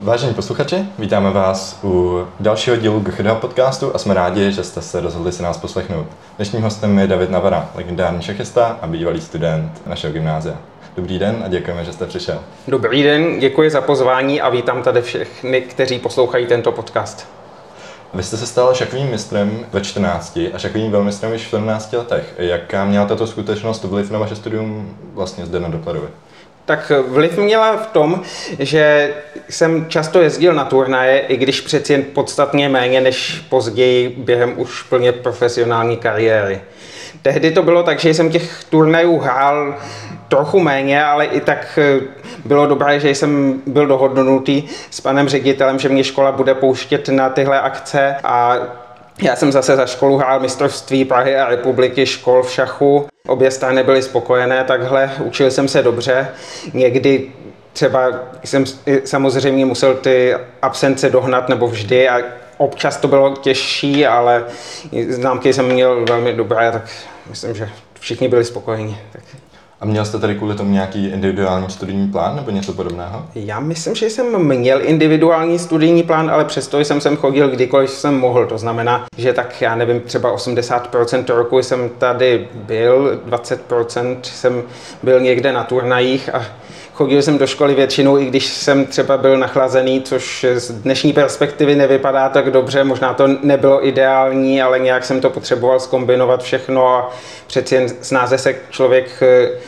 Vážení posluchači, vítáme vás u dalšího dílu GCHD podcastu a jsme rádi, že jste se rozhodli si nás poslechnout. Dnešním hostem je David Navara, legendární šachista a bývalý student našeho gymnázia. Dobrý den a děkujeme, že jste přišel. Dobrý den, děkuji za pozvání a vítám tady všechny, kteří poslouchají tento podcast. Vy jste se stal šachovým mistrem ve 14 a šachovým velmistrem již v 17 letech. Jaká měla tato skutečnost vliv na vaše studium vlastně zde na Dokladovi? Tak vliv měla v tom, že jsem často jezdil na turnaje, i když přeci jen podstatně méně než později během už plně profesionální kariéry. Tehdy to bylo tak, že jsem těch turnajů hrál trochu méně, ale i tak bylo dobré, že jsem byl dohodnutý s panem ředitelem, že mě škola bude pouštět na tyhle akce a já jsem zase za školu hrál mistrovství Prahy a republiky škol v šachu. Obě strany byly spokojené takhle, učil jsem se dobře. Někdy třeba jsem samozřejmě musel ty absence dohnat nebo vždy a občas to bylo těžší, ale známky jsem měl velmi dobré, tak myslím, že všichni byli spokojeni. Tak. A měl jste tady kvůli tomu nějaký individuální studijní plán nebo něco podobného? Já myslím, že jsem měl individuální studijní plán, ale přesto jsem sem chodil kdykoliv jsem mohl. To znamená, že tak já nevím, třeba 80% roku jsem tady byl, 20% jsem byl někde na turnajích a chodil jsem do školy většinou, i když jsem třeba byl nachlazený, což z dnešní perspektivy nevypadá tak dobře. Možná to nebylo ideální, ale nějak jsem to potřeboval zkombinovat všechno a přeci jen snáze se člověk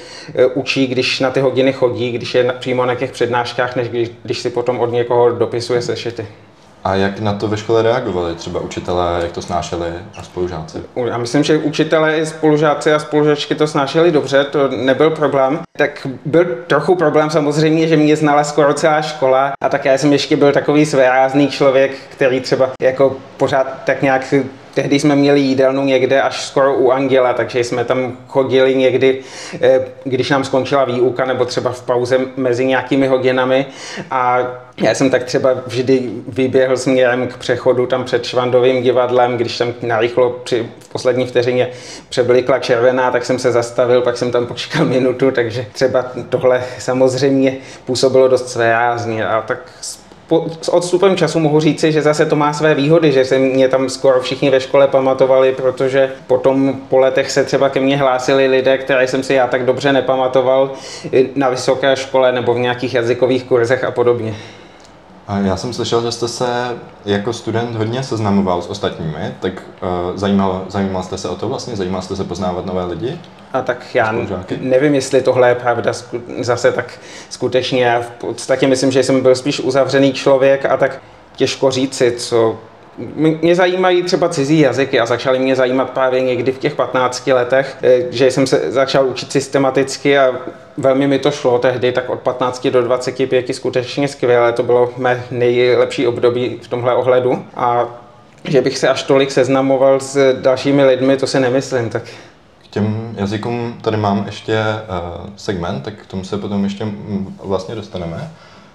učí, když na ty hodiny chodí, když je přímo na těch přednáškách, než když si potom od někoho dopisuje sešity. A jak na to ve škole reagovali třeba učitelé, jak to snášeli a spolužáci? Já myslím, že učitelé, spolužáci a spolužačky to snášeli dobře, to nebyl problém. Tak byl trochu problém samozřejmě, že mě znala skoro celá škola a tak já jsem ještě byl takový svérázný člověk, který třeba jako pořád tak nějak. Tehdy jsme měli jídelnu někde až skoro u Anděla, takže jsme tam chodili někdy, když nám skončila výuka nebo třeba v pauze mezi nějakými hodinami a já jsem tak třeba vždy vyběhl směrem k přechodu tam před Švandovým divadlem, když tam narychlo v poslední vteřině přeblikla červená, tak jsem se zastavil, pak jsem tam počkal minutu, takže třeba tohle samozřejmě působilo dost svérázně a tak s odstupem času mohu říci, že zase to má své výhody, že se mě tam skoro všichni ve škole pamatovali, protože potom po letech se třeba ke mně hlásili lidé, které jsem si já tak dobře nepamatoval na vysoké škole nebo v nějakých jazykových kurzech a podobně. A já jsem slyšel, že jste se jako student hodně seznamoval s ostatními, tak zajímal jste se o to vlastně? Zajímal jste se poznávat nové lidi? A tak já nevím, jestli tohle je pravda zase tak skutečně. Já v podstatě myslím, že jsem byl spíš uzavřený člověk a tak těžko říci, co. Mě zajímají třeba cizí jazyky a začaly mě zajímat právě někdy v těch 15 letech, že jsem se začal učit systematicky a velmi mi to šlo tehdy, tak od 15 do 25 skutečně skvěle, to bylo mé nejlepší období v tomhle ohledu a že bych se až tolik seznamoval s dalšími lidmi, to si nemyslím. Tak. K těm jazykům tady mám ještě segment, tak k tomu se potom ještě vlastně dostaneme.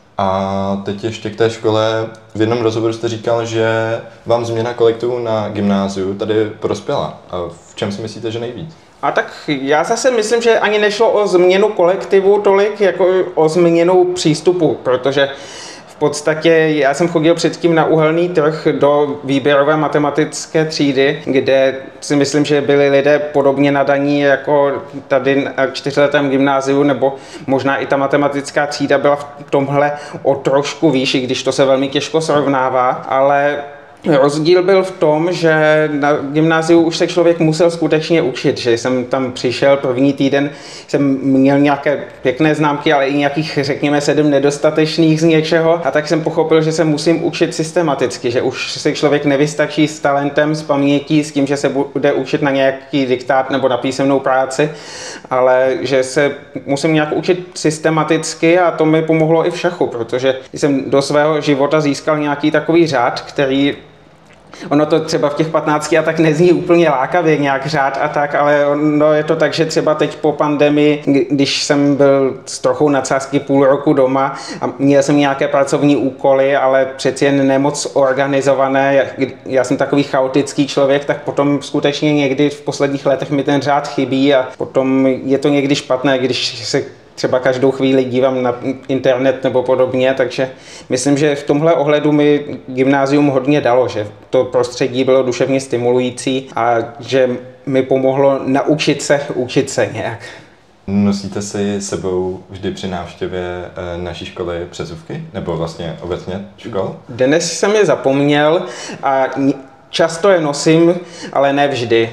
A teď ještě k té škole. V jednom rozhovoru jste říkal, že vám změna kolektivu na gymnáziu tady prospěla. A v čem si myslíte, že nejvíc? A tak já zase myslím, že ani nešlo o změnu kolektivu tolik, jako o změnu přístupu, protože v podstatě já jsem chodil předtím na uhelný trh do výběrové matematické třídy, kde si myslím, že byli lidé podobně nadaní jako tady na 4letém gymnáziu, nebo možná i ta matematická třída byla v tomhle o trošku výš, i když to se velmi těžko srovnává, ale rozdíl byl v tom, že na gymnáziu už se člověk musel skutečně učit, že jsem tam přišel první týden, jsem měl nějaké pěkné známky, ale i nějakých, řekněme, 7 nedostatečných z něčeho a tak jsem pochopil, že se musím učit systematicky, že už se člověk nevystačí s talentem, s pamětí, s tím, že se bude učit na nějaký diktát nebo na písemnou práci, ale že se musím nějak učit systematicky a to mi pomohlo i v šachu, protože jsem do svého života získal nějaký takový řád, který ono to třeba v těch 15 a tak nezní úplně lákavě nějak řád a tak, ale ono je to tak, že třeba teď po pandemii, když jsem byl s trochou nadsázky půl roku doma a měl jsem nějaké pracovní úkoly, ale přeci jen nemoc organizované, já jsem takový chaotický člověk, tak potom skutečně někdy v posledních letech mi ten řád chybí a potom je to někdy špatné, když se třeba každou chvíli dívám na internet nebo podobně, takže myslím, že v tomhle ohledu mi gymnázium hodně dalo, že to prostředí bylo duševně stimulující a že mi pomohlo učit se nějak. Nosíte si sebou vždy při návštěvě naší školy přezůvky? Nebo vlastně obecně škol? Dnes jsem je zapomněl a často je nosím, ale ne vždy.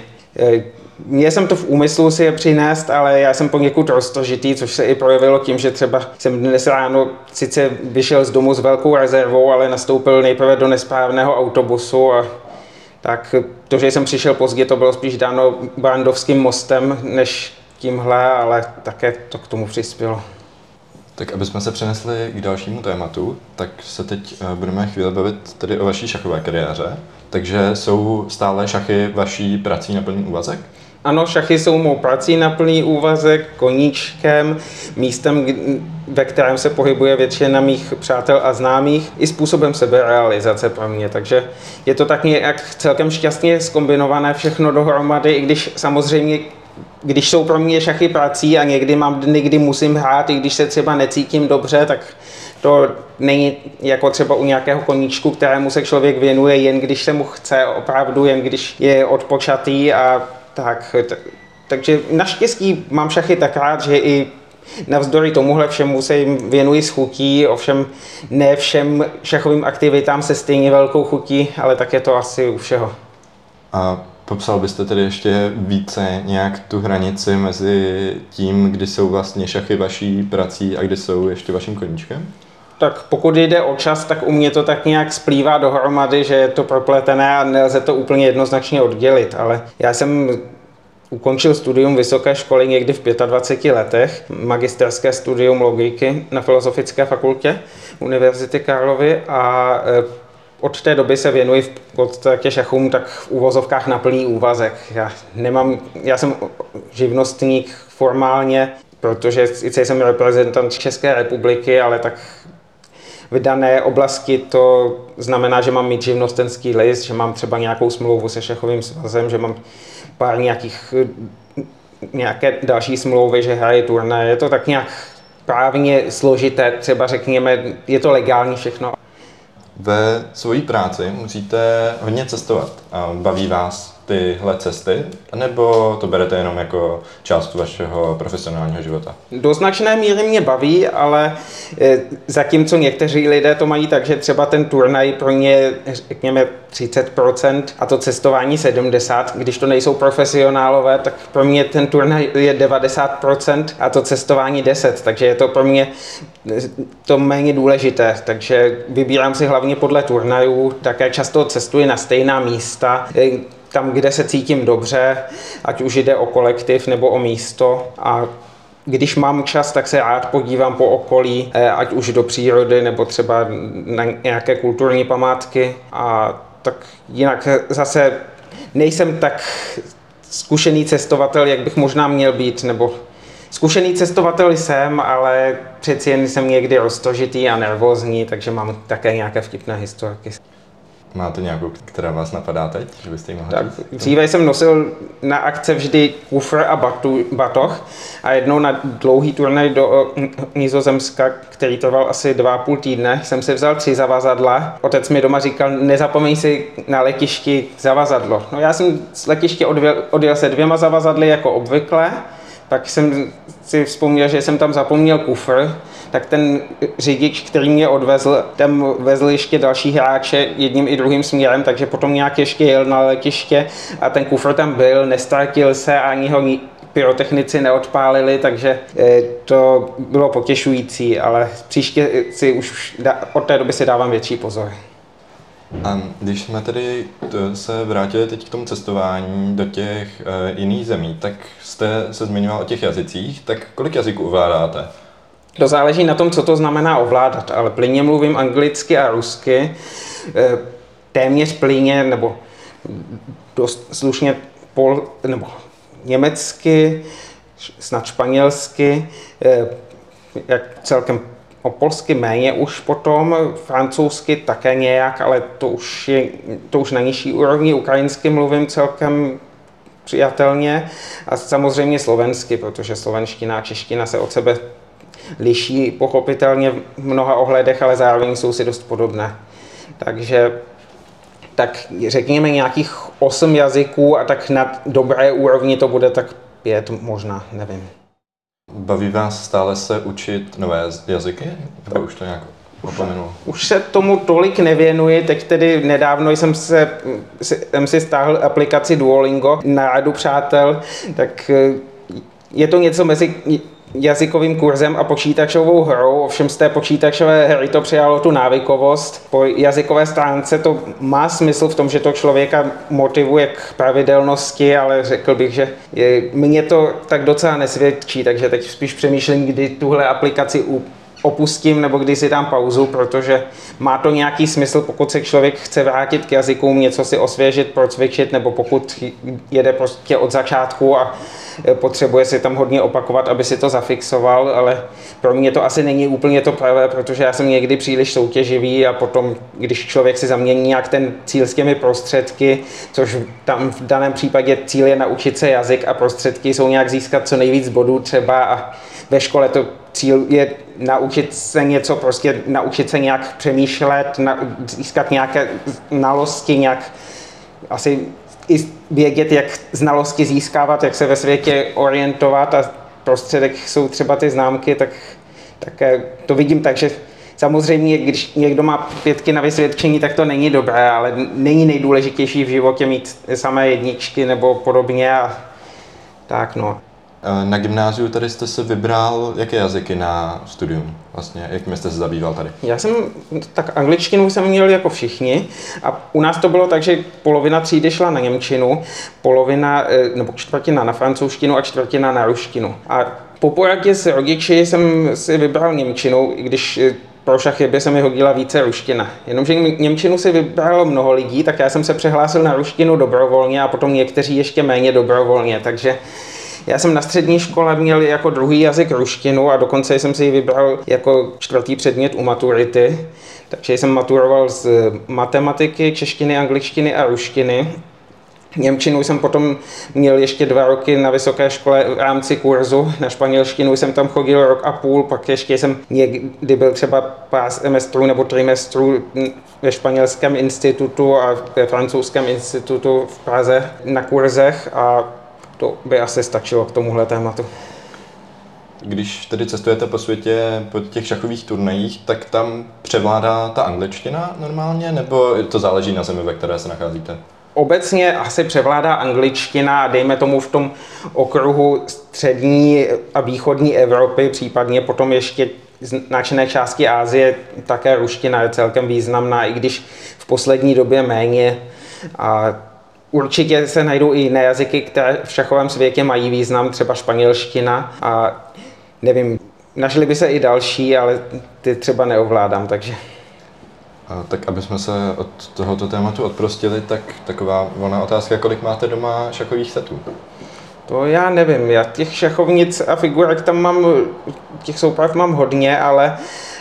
Měl jsem to v úmyslu si je přinést, ale já jsem poněkud roztožitý, což se i projevilo tím, že třeba jsem dnes ráno sice vyšel z domu s velkou rezervou, ale nastoupil nejprve do nesprávného autobusu a tak to, že jsem přišel pozdě, to bylo spíš dáno Barrandovským mostem než tímhle, ale také to k tomu přispělo. Tak aby jsme se přenesli k dalšímu tématu, tak se teď budeme chvíli bavit tedy o vaší šachové kariéře. Takže jsou stále šachy vaší prací na plný úvazek? Ano, šachy jsou mou prací na plný úvazek, koníčkem, místem, ve kterém se pohybuje většina mých přátel a známých, i způsobem seberealizace pro mě. Takže je to tak nějak celkem šťastně zkombinované všechno dohromady, i když samozřejmě, když jsou pro mě šachy prací a někdy mám dny, kdy musím hrát, i když se třeba necítím dobře, tak to není jako třeba u nějakého koníčku, kterému se člověk věnuje jen když se mu chce, opravdu jen když je odpočatý a tak. Takže naštěstí mám šachy tak rád, že i navzdory tomuhle všemu se jim věnuji s chutí, ovšem ne všem šachovým aktivitám se stejně velkou chutí, ale tak je to asi u všeho. A popsal byste tedy ještě více nějak tu hranici mezi tím, kdy jsou vlastně šachy vaší prací a kdy jsou ještě vaším koníčkem? Tak pokud jde o čas, tak u mě to tak nějak splývá dohromady, že je to propletené a nelze to úplně jednoznačně oddělit, ale já jsem ukončil studium vysoké školy někdy v 25 letech, magisterské studium logiky na Filozofické fakultě Univerzity Karlovy a od té doby se věnuji v podstatě šachům tak v uvozovkách na plný úvazek. Já jsem živnostník formálně, protože sice jsem reprezentant České republiky, ale tak v dané oblasti to znamená, že mám mít živnostenský list, že mám třeba nějakou smlouvu se šachovým svazem, že mám pár nějaké další smlouvy, že hraje turnaje. Je to tak nějak právně složité, třeba řekněme, je to legální všechno. Ve svojí práci musíte hodně cestovat. Baví vás tyhle cesty, nebo to berete jenom jako část vašeho profesionálního života? Do značné míry mě baví, ale zatímco někteří lidé to mají tak, že třeba ten turnaj pro ně, řekněme, 30% a to cestování 70%, když to nejsou profesionálové, tak pro mě ten turnaj je 90% a to cestování 10%, takže je to pro mě to méně důležité, takže vybírám si hlavně podle turnajů, také často cestuji na stejná místa, tam, kde se cítím dobře, ať už jde o kolektiv nebo o místo a když mám čas, tak se rád podívám po okolí, ať už do přírody nebo třeba na nějaké kulturní památky a tak jinak zase nejsem tak zkušený cestovatel, jak bych možná měl být, nebo zkušený cestovatel jsem, ale přeci jen jsem někdy roztožitý a nervózní, takže mám také nějaké vtipné historky. Máte nějakou, která vás napadá teď, že byste jí mohli Tak, říct? dříve jsem nosil na akce vždy kufr a batoh a jednou na dlouhý turnaj do Nizozemska, který trval asi 2,5 týdne, jsem si vzal 3 zavazadla. Otec mi doma říkal, nezapomeň si na letišti zavazadlo. No já jsem z letiště odjel se 2 zavazadly jako obvykle, pak jsem si vzpomněl, že jsem tam zapomněl kufr, tak ten řidič, který mě odvezl, tam vezl ještě další hráče jedním i druhým směrem, takže potom nějak ještě jel na letiště a ten kufr tam byl, nestratil se, ani ho pyrotechnici neodpálili, takže to bylo potěšující, ale příště si už od té doby si dávám větší pozor. A když jsme tedy se vrátili teď k tomu cestování do těch jiných zemí, tak jste se zmiňoval o těch jazycích, tak kolik jazyků ovládáte? To záleží na tom, co to znamená ovládat, ale plynně mluvím anglicky a rusky, téměř plynně nebo dost slušně nebo německy, snad španělsky, jak celkem o polsky méně už potom, francouzsky také nějak, ale to už na nižší úrovni, ukrajinsky mluvím celkem přijatelně a samozřejmě slovensky, protože slovenština a čeština se od sebe liší pochopitelně v mnoha ohledech, ale zároveň jsou si dost podobné. Takže tak řekněme nějakých 8 jazyků a tak na dobré úrovni to bude tak 5 možná, nevím. Baví vás stále se učit nové jazyky? Nebo už to nějak opomenulo? Už se tomu tolik nevěnuji, teď tedy nedávno jsem si stáhl aplikaci Duolingo na radu přátel, tak je to něco mezi jazykovým kurzem a počítačovou hrou, ovšem z té počítačové hry to přijalo tu návykovost. Po jazykové stránce to má smysl v tom, že to člověka motivuje k pravidelnosti, ale řekl bych, že mě to tak docela nesvědčí, takže teď spíš přemýšlím, kdy tuhle aplikaci opustím nebo když si dám pauzu, protože má to nějaký smysl, pokud se člověk chce vrátit k jazykům, něco si osvěžit, procvičit, nebo pokud jede prostě od začátku a potřebuje si tam hodně opakovat, aby si to zafixoval, ale pro mě to asi není úplně to pravé, protože já jsem někdy příliš soutěživý a potom, když člověk si zamění nějak ten cíl s těmi prostředky, což tam v daném případě cíl je naučit se jazyk a prostředky jsou nějak získat co nejvíc bodů třeba a ve škole to cíl je naučit se něco, prostě naučit se nějak přemýšlet, získat nějaké znalosti, nějak asi i vědět, jak znalosti získávat, jak se ve světě orientovat a prostředek jsou třeba ty známky, tak to vidím tak, že samozřejmě, když někdo má 5 na vysvědčení, tak to není dobré, ale není nejdůležitější v životě mít samé jedničky nebo podobně a tak no. Na gymnáziu tady jste se vybral jaké jazyky na studium? Vlastně, jakým jste se zabýval tady? Tak angličtinu jsem měl jako všichni a u nás to bylo tak, že polovina třídy šla na němčinu, polovina nebo čtvrtina na francouzštinu a čtvrtina na ruštinu. A po poradě s rodiči jsem si vybral němčinu, i když pro šachy se mi hodila více ruština. Jenomže němčinu si vybralo mnoho lidí, tak já jsem se přihlásil na ruštinu dobrovolně a potom někteří ještě méně dobrovolně, takže já jsem na střední škole měl jako druhý jazyk ruštinu a dokonce jsem si ji vybral jako 4. předmět u maturity. Takže jsem maturoval z matematiky, češtiny, angličtiny a ruštiny. Němčinu jsem potom měl ještě 2 roky na vysoké škole v rámci kurzu. Na španělštinu jsem tam chodil 1,5 roku, pak ještě jsem někdy byl třeba pár semestrů nebo trimestrů ve španělském institutu a ve francouzském institutu v Praze na kurzech a to by asi stačilo k tomuhle tématu. Když tedy cestujete po světě po těch šachových turnajích, tak tam převládá ta angličtina normálně, nebo to záleží na zemi, ve které se nacházíte? Obecně asi převládá angličtina, dejme tomu v tom okruhu střední a východní Evropy, případně potom ještě značné části Asie, také ruština je celkem významná, i když v poslední době méně. A určitě se najdou i jiné jazyky, které v šachovém světě mají význam, třeba španělština a nevím, našli by se i další, ale ty třeba neovládám, takže. Tak aby jsme se od tohoto tématu odprostili, tak taková volná otázka, kolik máte doma šachových setů? To já nevím, já těch šachovnic a figurek tam mám, těch souprav mám hodně, ale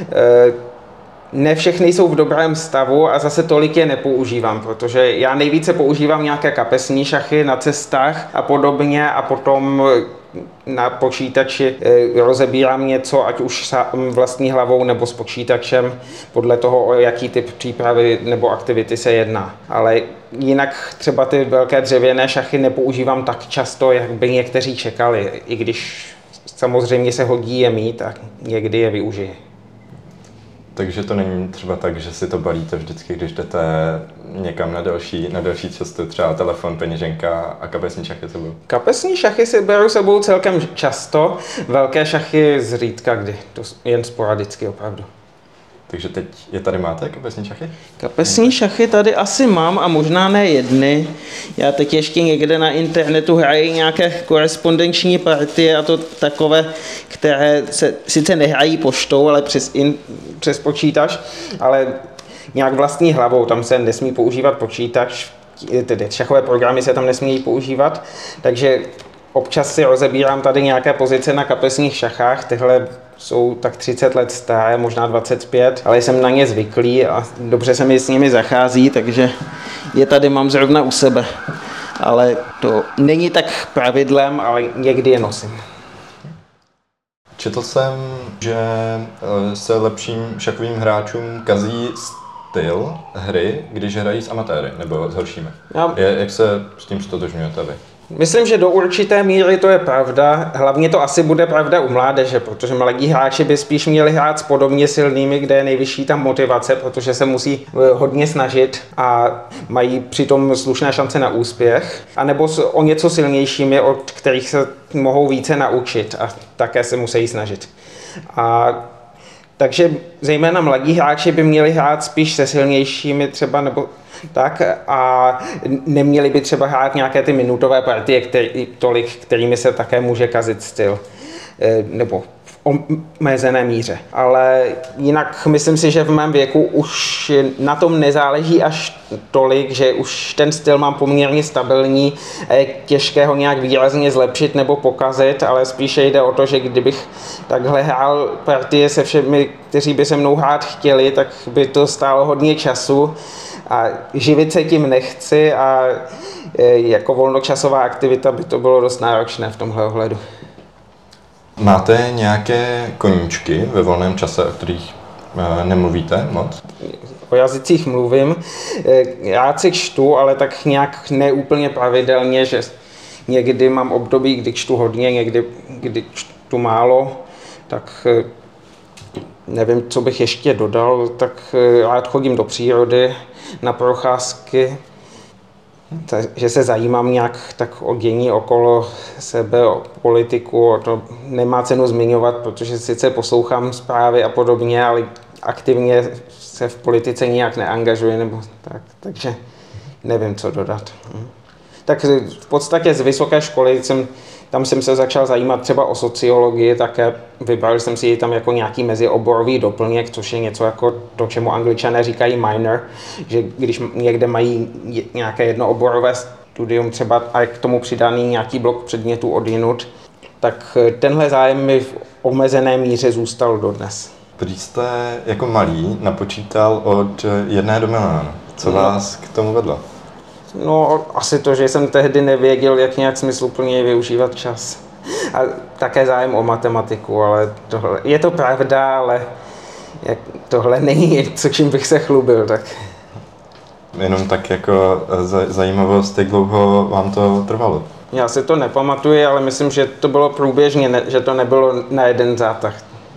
ne všechny jsou v dobrém stavu a zase tolik je nepoužívám, protože já nejvíce používám nějaké kapesní šachy na cestách a podobně a potom na počítači rozebírám něco, ať už vlastní hlavou nebo s počítačem, podle toho, o jaký typ přípravy nebo aktivity se jedná. Ale jinak třeba ty velké dřevěné šachy nepoužívám tak často, jak by někteří čekali, i když samozřejmě se hodí je mít a někdy je využiji. Takže to není třeba tak, že si to balíte vždycky, když jdete někam na delší cestu, třeba telefon, peněženka a kapesní šachy sebou? Kapesní šachy si beru sebou celkem často, velké šachy zřídka kdy, to jen sporadicky opravdu. Takže teď je tady máte kapesní šachy? Kapesní šachy tady asi mám a možná ne jedny. Já teď ještě někde na internetu hrají nějaké korespondenční partie a to takové, které se sice nehrají poštou, ale přes počítač, ale nějak vlastní hlavou, tam se nesmí používat počítač, tedy šachové programy se tam nesmí používat, takže občas si rozebírám tady nějaké pozice na kapesních šachách, tyhle jsou tak 30 let staré, možná 25, ale jsem na ně zvyklý a dobře se mi s nimi zachází, takže je tady mám zrovna u sebe. Ale to není tak pravidlem, ale někdy je nosím. Četl jsem, že se lepším šachovým hráčům kazí styl hry, když hrají s amatéry nebo s horšími. Jak se s tím ztotožňujete vy? Myslím, že do určité míry to je pravda. Hlavně to asi bude pravda u mládeže, protože mladí hráči by spíš měli hrát s podobně silnými, kde je nejvyšší tam motivace, protože se musí hodně snažit a mají přitom slušné šance na úspěch. A nebo o něco silnějšími, od kterých se mohou více naučit a také se musí snažit. Takže zejména mladí hráči by měli hrát spíš se silnějšími třeba nebo tak a neměli by třeba hrát nějaké ty minutové partie, kterými se také může kazit styl, nebo v omezené míře. Ale jinak myslím si, že v mém věku už na tom nezáleží až tolik, že už ten styl mám poměrně stabilní a je těžké ho nějak výrazně zlepšit nebo pokazit, ale spíše jde o to, že kdybych takhle hrál partie se všemi, kteří by se mnou hrát chtěli, tak by to stálo hodně času a živit se tím nechci a jako volnočasová aktivita by to bylo dost náročné v tomhle ohledu. Máte nějaké koníčky ve volném čase, o kterých nemluvíte moc? O jazycích mluvím. Rád si čtu, ale tak nějak neúplně pravidelně, že někdy mám období, kdy čtu hodně, někdy kdy čtu málo, tak nevím, co bych ještě dodal, tak rád chodím do přírody, na procházky, že se zajímám nějak tak o dění okolo sebe, o politiku, o to nemá cenu zmiňovat, protože sice poslouchám zprávy a podobně, ale aktivně se v politice nijak neangažuji, nebo tak, takže nevím, co dodat. Tak v podstatě z vysoké školy tam jsem se začal zajímat třeba o sociologii, také vybral jsem si ji tam jako nějaký mezioborový doplněk, což je něco jako to, čemu Angličané říkají minor, že když někde mají nějaké jednooborové studium třeba a je k tomu přidaný nějaký blok předmětů odjinud, tak tenhle zájem mi v omezené míře zůstal dodnes. Když jste jako malý napočítal od 1 do milionu, co vás k tomu vedlo? No, asi to, že jsem tehdy nevěděl, jak nějak smysluplně využívat čas. A také zájem o matematiku, ale tohle, je to pravda, ale tohle není něco, čím bych se chlubil, tak. Jenom tak jako zajímavost, jak dlouho vám to trvalo? Já si to nepamatuji, ale myslím, že to bylo průběžně, že to nebylo na jeden zátah.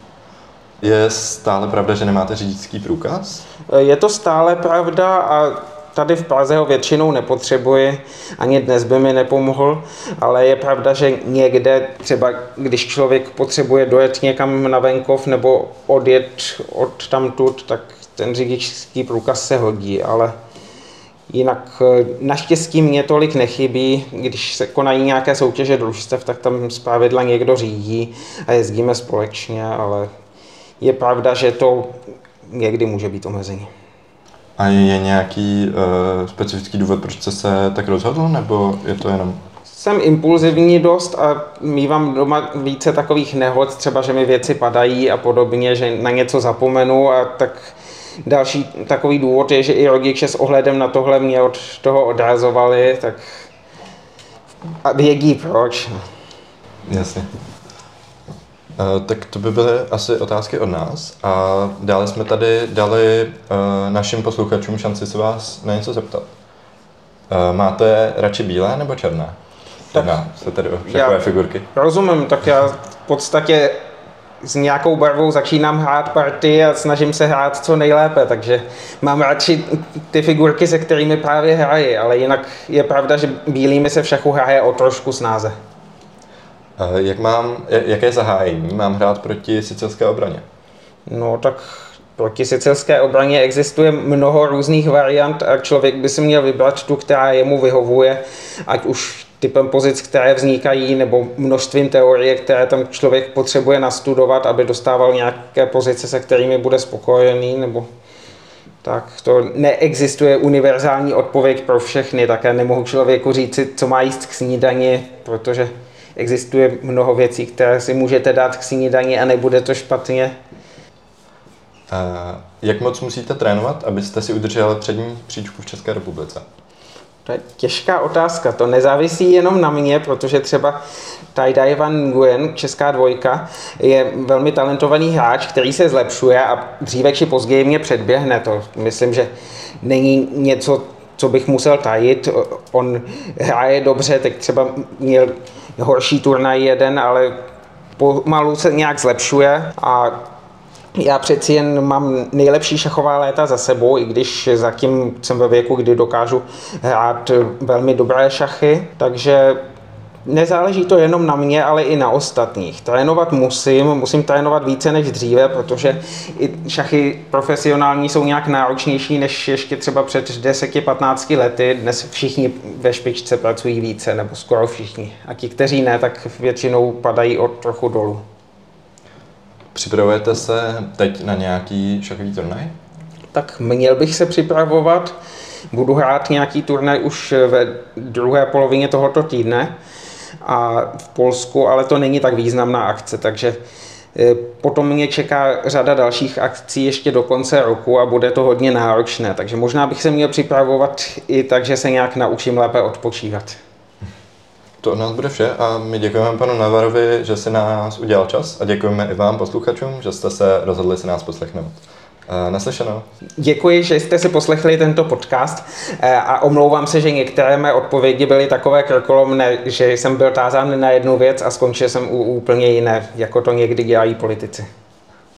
Je stále pravda, že nemáte řidičský průkaz? Je to stále pravda a tady v Praze ho většinou nepotřebuji, ani dnes by mi nepomohl, ale je pravda, že někde, třeba když člověk potřebuje dojet někam na venkov nebo odjet od tamtud, tak ten řidičský průkaz se hodí, ale jinak naštěstí mě tolik nechybí, když se konají nějaké soutěže družstev, tak tam zpravidla někdo řídí a jezdíme společně, ale je pravda, že to někdy může být omezení. A je nějaký specifický důvod, proč jste se tak rozhodl, nebo je to jenom? Jsem impulzivní dost a mívám doma více takových nehod, třeba že mi věci padají a podobně, že na něco zapomenu a tak další takový důvod je, že i rodiče s ohledem na tohle mě od toho odrazovali, tak a vědí proč. Jasně. Tak to by byly asi otázky od nás a dále jsme tady dali našim posluchačům šanci se vás na něco zeptat. Máte radši bílé nebo černé? Černá, jste tady šachové figurky. Rozumím, tak já v podstatě s nějakou barvou začínám hrát partii a snažím se hrát co nejlépe, takže mám radši ty figurky, se kterými právě hraji, ale jinak je pravda, že bílými se v šachu hraje o trošku snáze. Jaké zahájení mám hrát proti sicilské obraně? No tak proti sicilské obraně existuje mnoho různých variant a člověk by si měl vybrat tu, která jemu vyhovuje, ať už typem pozic, které vznikají, nebo množstvím teorie, které tam člověk potřebuje nastudovat, aby dostával nějaké pozice, se kterými bude spokojený, nebo tak to neexistuje univerzální odpověď pro všechny, také nemohu člověku říci, co má jíst k snídani, protože existuje mnoho věcí, které si můžete dát k snídani a nebude to špatně. Jak moc musíte trénovat, abyste si udržel přední příčku v České republice? To je těžká otázka, to nezávisí jenom na mě, protože třeba Tai Dai Van Nguyen, česká dvojka, je velmi talentovaný hráč, který se zlepšuje a dříve či později mě předběhne. To myslím, že není něco, co bych musel tajit. On hraje dobře, teď třeba měl horší turnaj jeden, ale pomalu se nějak zlepšuje a já přeci jen mám nejlepší šachová léta za sebou, i když zatím jsem ve věku, kdy dokážu hrát velmi dobré šachy, takže nezáleží to jenom na mě, ale i na ostatních. Trénovat musím trénovat více než dříve, protože i šachy profesionální jsou nějak náročnější než ještě třeba před 10-15 lety. Dnes všichni ve špičce pracují více, nebo skoro všichni. A ti, kteří ne, tak většinou padají o trochu dolů. Připravujete se teď na nějaký šachový turnaj? Tak měl bych se připravovat. Budu hrát nějaký turnaj už ve druhé polovině tohoto týdne a v Polsku, ale to není tak významná akce, takže potom mě čeká řada dalších akcí ještě do konce roku a bude to hodně náročné, takže možná bych se měl připravovat i tak, že se nějak naučím lépe odpočívat. To od nás bude vše a my děkujeme panu Navarovi, že si nás udělal čas a děkujeme i vám, posluchačům, že jste se rozhodli si nás poslechnout. Naslyšenou. Děkuji, že jste si poslechli tento podcast a omlouvám se, že některé mé odpovědi byly takové krkolomné, že jsem byl tázán na jednu věc a skončil jsem u úplně jiné, jako to někdy dělají politici.